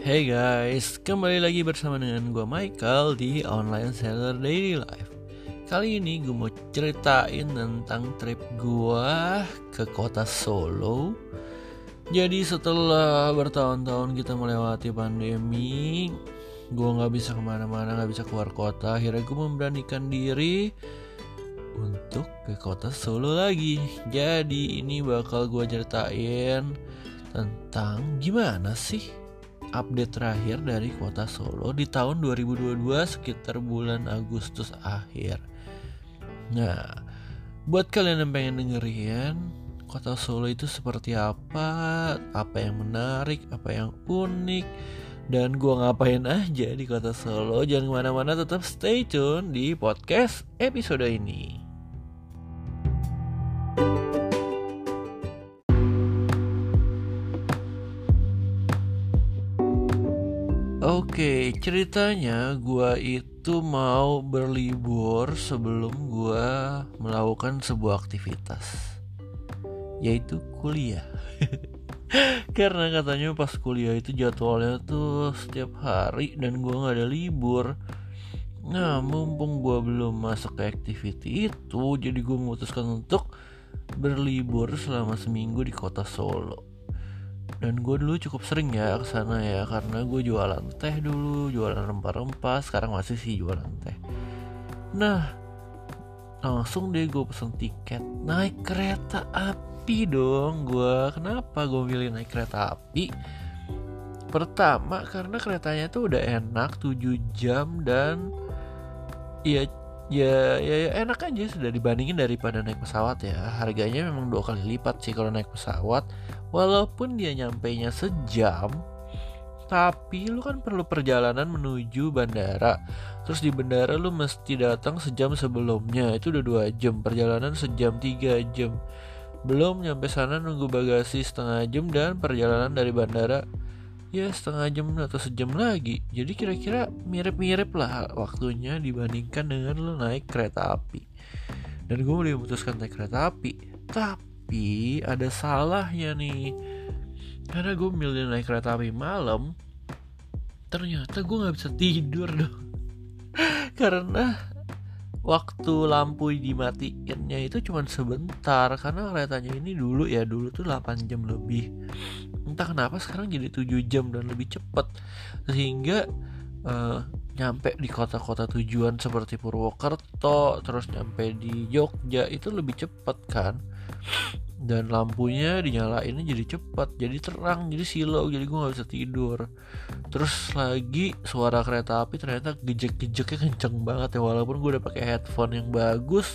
Hey guys, kembali lagi bersama dengan gue Michael di Online Seller Daily Life. Kali ini gue mau ceritain tentang trip gue ke kota Solo. Jadi setelah bertahun-tahun kita melewati pandemi, gue gak bisa kemana-mana, gak bisa keluar kota. Akhirnya gue memberanikan diri untuk ke kota Solo lagi. Jadi ini bakal gue ceritain tentang gimana sih update terakhir dari kota Solo di tahun 2022 sekitar bulan Agustus akhir. Nah, buat kalian yang pengen dengerin kota Solo itu seperti apa yang menarik, apa yang unik, dan gua ngapain aja di kota Solo, jangan kemana-mana, tetap stay tune di podcast episode ini. Oke, ceritanya gua itu mau berlibur sebelum gua melakukan sebuah aktivitas, yaitu kuliah. Karena katanya pas kuliah itu jadwalnya tuh setiap hari dan gua gak ada libur. Nah, mumpung gua belum masuk ke activity itu, jadi gua memutuskan untuk berlibur selama seminggu di kota Solo. Dan gue dulu cukup sering ya kesana ya, karena gue jualan teh dulu, jualan rempah-rempah, sekarang masih sih jualan teh. Nah, langsung deh gue pesen tiket naik kereta api dong. Kenapa gue milih naik kereta api? Pertama karena keretanya tuh udah enak, 7 jam, dan ya enak aja, sudah dibandingin daripada naik pesawat ya. Harganya memang 2 kali lipat sih kalau naik pesawat. Walaupun dia nyampainya sejam, tapi lu kan perlu perjalanan menuju bandara. Terus di bandara lu mesti datang sejam sebelumnya. Itu udah 2 jam, perjalanan sejam, 3 jam. Belum nyampe sana nunggu bagasi setengah jam, dan perjalanan dari bandara ya setengah jam atau sejam lagi. Jadi kira-kira mirip-mirip lah waktunya dibandingkan dengan lu naik kereta api. Dan gue udah memutuskan naik kereta api. Tapi ada salahnya nih, karena gue milih naik kereta api malam. Ternyata gue gak bisa tidur dong. Karena waktu lampu dimatiinnya itu cuma sebentar. Karena keretanya ini dulu tuh 8 jam lebih. Entah kenapa sekarang jadi 7 jam dan lebih cepat. Sehingga nyampe di kota-kota tujuan seperti Purwokerto, terus nyampe di Jogja itu lebih cepat kan. Dan lampunya dinyalainnya jadi cepat, jadi terang, jadi silau, jadi gue gak bisa tidur. Terus lagi suara kereta api ternyata gejek-gejeknya kenceng banget ya. Walaupun gue udah pakai headphone yang bagus,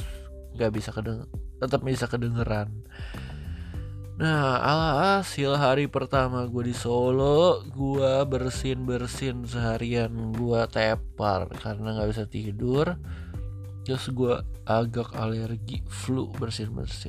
tetap bisa kedengeran. Nah, alhasil hari pertama gue di Solo, gue bersin seharian, gue tepar karena gak bisa tidur. Terus gue agak alergi flu bersin.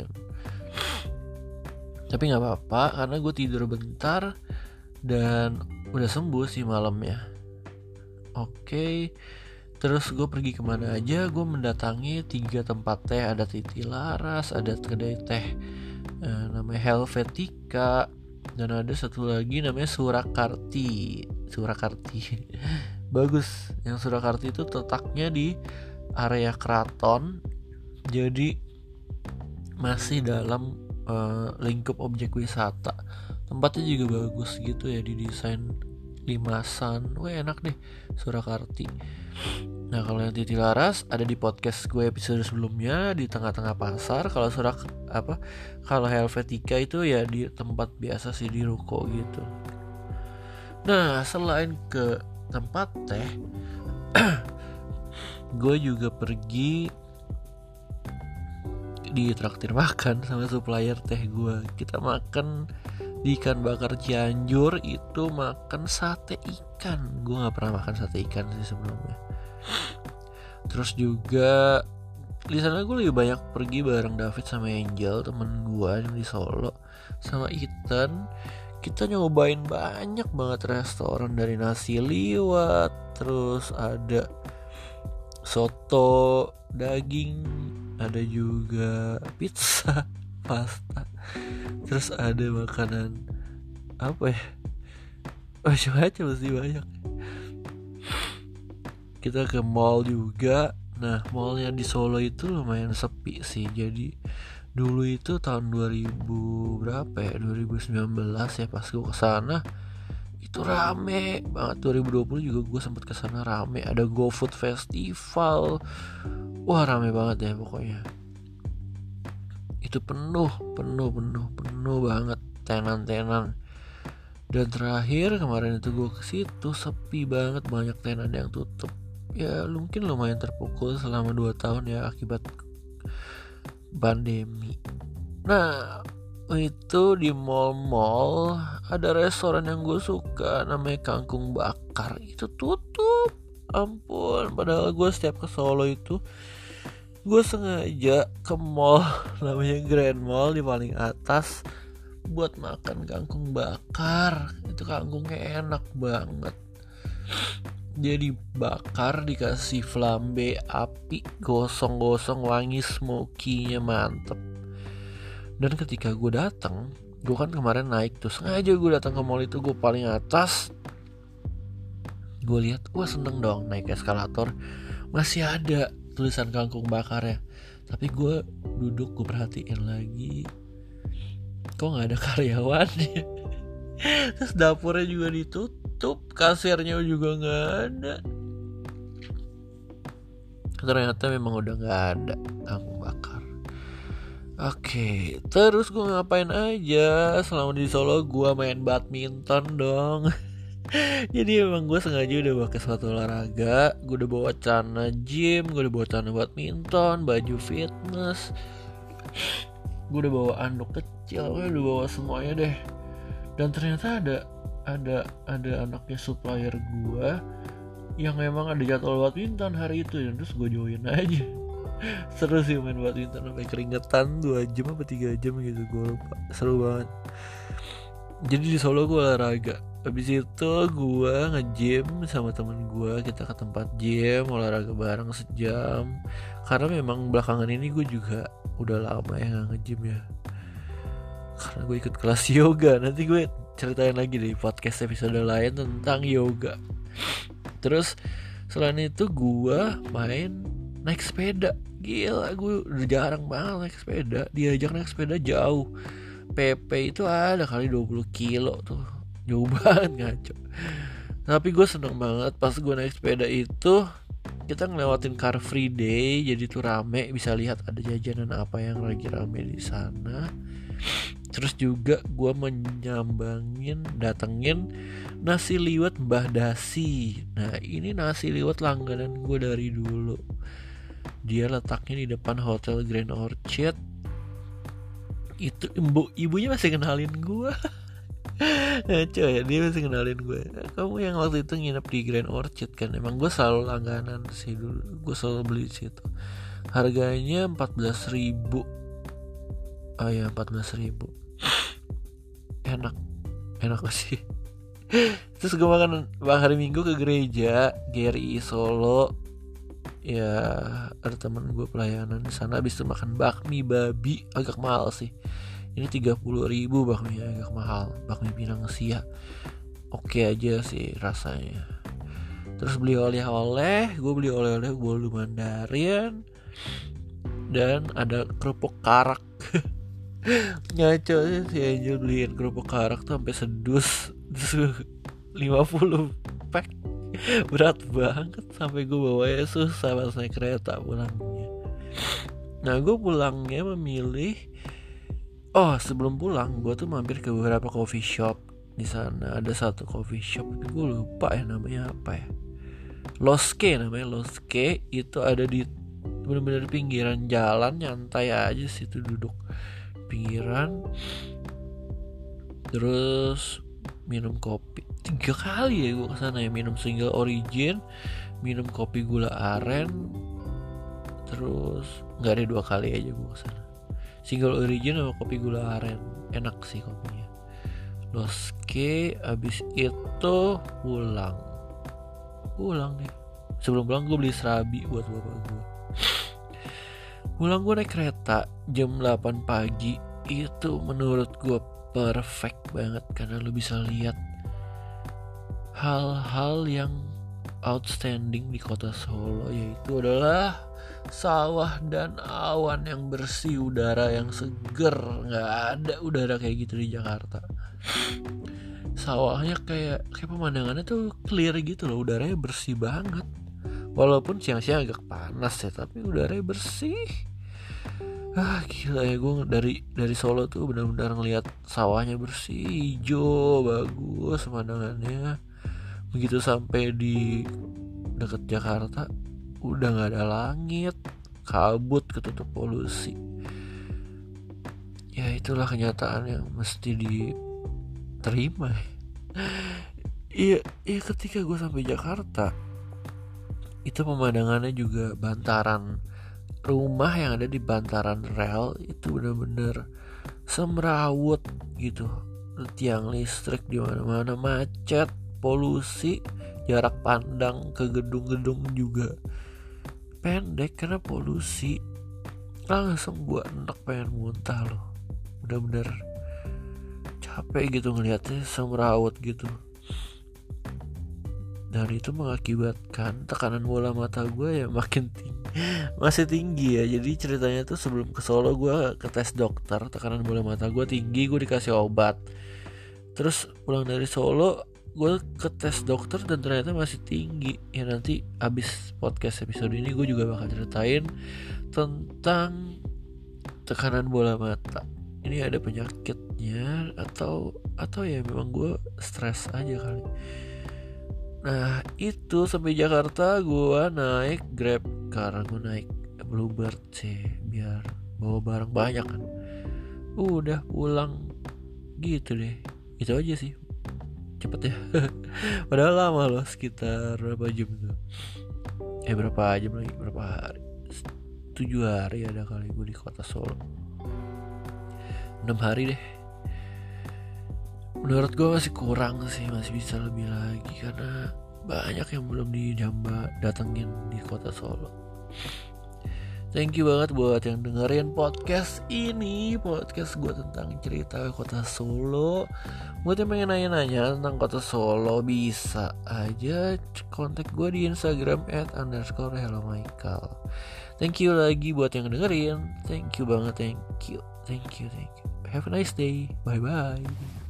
Tapi gak apa-apa karena gue tidur bentar dan udah sembuh sih malamnya. Oke, terus gue pergi kemana aja? Gue mendatangi 3 tempat teh. Ada Titilaras, ada kedai teh namanya Helvetica, dan ada satu lagi namanya Surakarti. Bagus. Yang Surakarti itu letaknya di area keraton, jadi masih dalam lingkup objek wisata. Tempatnya juga bagus gitu ya, didesain limasan. Enak deh Surakarti. Nah, kalau yang Titilaras ada di podcast gue episode sebelumnya, di tengah-tengah pasar. Kalau Helvetica itu ya di tempat biasa sih, di ruko gitu. Nah, selain ke tempat teh, gue juga pergi di traktir makan sama supplier teh gue. Kita makan di Ikan Bakar Cianjur, itu makan sate ikan. Gue gak pernah makan sate ikan sih sebelumnya. Terus juga di sana gue lebih banyak pergi bareng David sama Angel, temen gue yang di Solo, sama Ethan. Kita nyobain banyak banget restoran, dari nasi liwet, terus ada soto daging, ada juga pizza, pasta, terus ada makanan macam-macam pasti banyak. Kita ke mall juga. Nah, mallnya di Solo itu lumayan sepi sih. Jadi dulu itu tahun 2000 berapa ya? 2019 ya, pas gue kesana itu rame banget. 2020 juga gue sempet kesana, rame. Ada GoFood Festival. Wah, rame banget ya pokoknya. Itu penuh banget, tenan-tenan. Dan terakhir kemarin itu gue ke situ sepi banget, banyak tenan yang tutup. Ya mungkin lumayan terpukul selama 2 tahun ya akibat pandemi. Nah, itu di mall-mall ada restoran yang gue suka namanya Kangkung Bakar. Itu tutup. Ampun, padahal gue setiap ke Solo itu gue sengaja ke mall namanya Grand Mall di paling atas buat makan kangkung bakar. Itu kangkungnya enak banget. Jadi bakar dikasih flambe api, gosong-gosong, wangi, smoky-nya mantep. Dan ketika gue datang, gue kan kemarin naik tuh, sengaja gue datang ke mall itu, gue paling atas. Gue lihat, gue seneng dong naik eskalator, masih ada tulisan kangkung bakar ya. Tapi gue duduk, gue perhatiin lagi, kok nggak ada karyawannya. Terus dapurnya juga ditutup, kasirnya juga nggak ada. Ternyata memang udah nggak ada kangkung bakar. Oke, terus gue ngapain aja selama di Solo? Gue main badminton dong. Jadi emang gue sengaja udah pakai sepatu olahraga, gue udah bawa celana gym, gue udah bawa celana badminton, baju fitness, gue udah bawa anduk kecil, gue udah bawa semuanya deh. Dan ternyata ada anaknya supplier gue yang memang ada jadwal badminton hari itu, dan terus gue join aja. Seru sih main badminton sampai keringetan 2 jam apa 3 jam gitu, gue lupa. Seru banget. Jadi di Solo gue olahraga. Habis itu gue nge-gym sama temen gue. Kita ke tempat gym, olahraga bareng sejam. Karena memang belakangan ini gue juga udah lama ya gak nge-gym ya, karena gue ikut kelas yoga. Nanti gue ceritain lagi di podcast episode lain tentang yoga. Terus selain itu gue main naik sepeda. Gila, gue udah jarang banget naik sepeda. Diajak naik sepeda jauh, PP itu ada kali 20 kilo tuh, jauh banget, ngaco. Tapi gue seneng banget pas gue naik sepeda itu. Kita ngelewatin Car Free Day, jadi tuh rame, bisa lihat ada jajanan apa yang lagi rame di sana. Terus juga gue datengin nasi liwet Mbah Dasi. Nah, ini nasi liwet langganan gue dari dulu. Dia letaknya di depan Hotel Grand Orchard. Itu ibunya masih kenalin gue. Ngaco ya, dia masih kenalin gue. Kamu yang waktu itu nginep di Grand Orchard kan? Emang gue selalu langganan sih dulu. Gue selalu beli di situ. Harganya 14.000. Oh ya, 14.000. Enak sih. Terus gue makan hari Minggu ke gereja GRI Solo. Ya, ada temen gue pelayanan di sana. Habis itu makan bakmi babi, agak mahal sih. Ini 30.000 bakmi, agak mahal. Bakmi Pinang Sia, oke aja sih rasanya. Terus beli oleh-oleh. Gue beli oleh-oleh bolu Mandarin. Dan ada kerupuk karak. Ngaco sih si Angel beliin kerupuk karak tuh sampai sedus 50 pack. Berat banget, sampai gue bawanya susah pas naik kereta pulangnya. Nah, gue pulangnya memilih, sebelum pulang gue tuh mampir ke beberapa coffee shop. Di sana ada satu coffee shop, gue lupa ya namanya apa ya. Loske namanya, Loske. Itu ada di bener-bener pinggiran jalan, nyantai aja situ, duduk pinggiran. Terus minum kopi 3 kali ya gue kesana ya. Minum single origin, minum kopi gula aren. Terus nggak ada 2 kali aja gue kesana. Single origin sama kopi gula aren, enak sih kopinya. Loske. Abis itu pulang nih. Sebelum pulang gue beli serabi buat bapak gue. Pulang gue naik kereta jam 8 pagi. Itu menurut gue perfect banget, karena lu bisa lihat hal-hal yang outstanding di kota Solo, yaitu adalah sawah dan awan yang bersih, udara yang seger. Nggak ada udara kayak gitu di Jakarta. Sawahnya kayak pemandangannya tuh clear gitu loh, udaranya bersih banget. Walaupun siang-siang agak panas ya, tapi udaranya bersih. Gila ya, gue dari Solo tuh benar-benar ngelihat sawahnya bersih, hijau, bagus pemandangannya. Begitu sampai di deket Jakarta, udah nggak ada langit, kabut, ketutup polusi. Ya itulah kenyataan yang mesti diterima. Iya, ketika gue sampai Jakarta, itu pemandangannya juga bantaran rumah yang ada di bantaran rel itu bener-bener semrawut gitu. Tiang listrik di mana-mana, macet, polusi, jarak pandang ke gedung-gedung juga pendek karena polusi. Langsung gua enak pengen muntah loh. Bener-bener capek gitu ngeliatnya semrawut gitu. Dan itu mengakibatkan tekanan bola mata gue ya makin masih tinggi ya. Jadi ceritanya tuh sebelum ke Solo gue ke tes dokter, tekanan bola mata gue tinggi, gue dikasih obat. Terus pulang dari Solo gue ke tes dokter dan ternyata masih tinggi. Ya nanti abis podcast episode ini gue juga bakal ceritain tentang tekanan bola mata. Ini ada penyakitnya atau ya memang gue stres aja kali. Nah itu sampai Jakarta gue naik Grab car, gue naik Bluebird sih biar bawa barang banyak kan. Udah pulang gitu deh, itu aja sih, cepet ya. Padahal lama loh, sekitar berapa jam tuh, berapa hari, 7 hari ada kali gue di kota Solo. 6 hari deh. Menurut gue masih kurang sih, masih bisa lebih lagi karena banyak yang belum datengin di kota Solo. Thank you banget buat yang dengerin podcast ini, podcast gue tentang cerita kota Solo. Buat yang pengen nanya-nanya tentang kota Solo, bisa aja kontak gue di Instagram @_hellomichael. Thank you lagi buat yang dengerin. Thank you banget, thank you. Have a nice day. Bye bye.